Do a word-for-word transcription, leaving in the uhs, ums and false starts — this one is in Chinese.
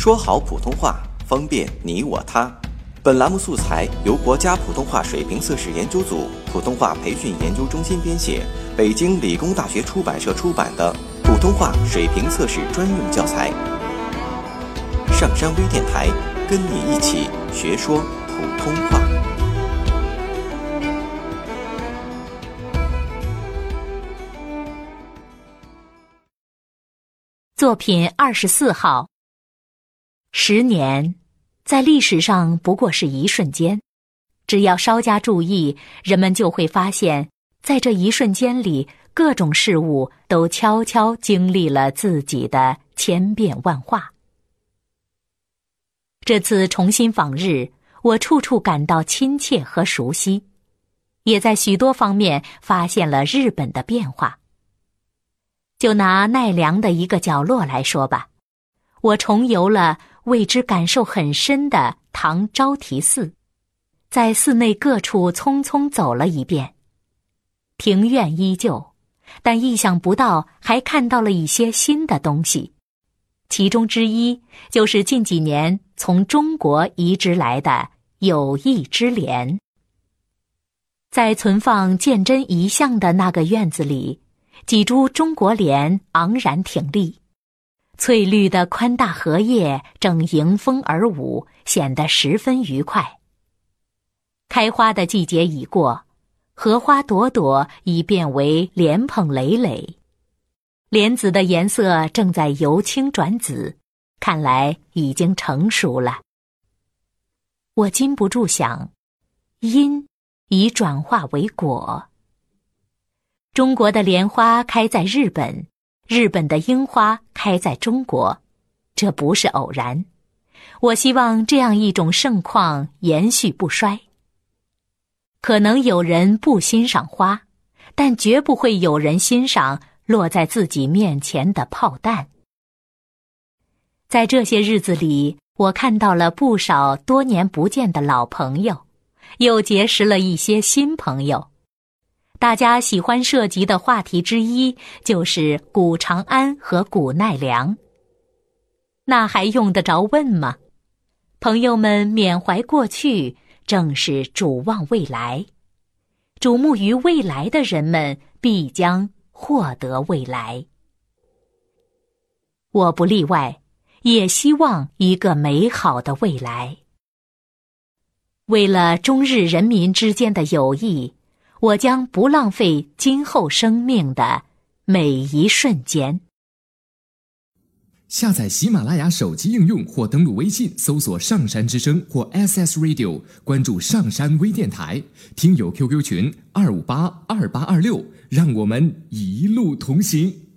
说好普通话，方便你我他。本栏目素材由国家普通话水平测试研究组普通话培训研究中心编写，北京理工大学出版社出版的普通话水平测试专用教材。上山微电台，跟你一起学说普通话。 作品二十四号。十年，在历史上不过是一瞬间，只要稍加注意，人们就会发现，在这一瞬间里，各种事物都悄悄经历了自己的千变万化。这次重新访日，我处处感到亲切和熟悉，也在许多方面发现了日本的变化。就拿奈良的一个角落来说吧，我重游了为之感受很深的唐招提寺，在寺内各处匆匆走了一遍。庭院依旧，但意想不到还看到了一些新的东西，其中之一就是近几年从中国移植来的友谊之莲。在存放鉴真遗像的那个院子里，几株中国莲昂然挺立，翠绿的宽大荷叶正迎风而舞，显得十分愉快。开花的季节已过，荷花朵朵已变为莲蓬累累，莲子的颜色正在由青转紫，看来已经成熟了。我禁不住想，因已转化为果。中国的莲花开在日本，日本的樱花开在中国，这不是偶然。我希望这样一种盛况延续不衰。可能有人不欣赏花，但绝不会有人欣赏落在自己面前的炮弹。在这些日子里，我看到了不少多年不见的老朋友，又结识了一些新朋友。大家喜欢涉及的话题之一就是古长安和古奈良。那还用得着问吗？朋友们缅怀过去，正是瞩望未来。瞩目于未来的人们必将获得未来。我不例外，也希望一个美好的未来。为了中日人民之间的友谊，我将不浪费今后生命的每一瞬间。 下载喜马拉雅手机应用或登录微信搜索上山之声或 S S Radio， 关注上山微电台，听友 Q Q 群二五八二八二六，让我们一路同行。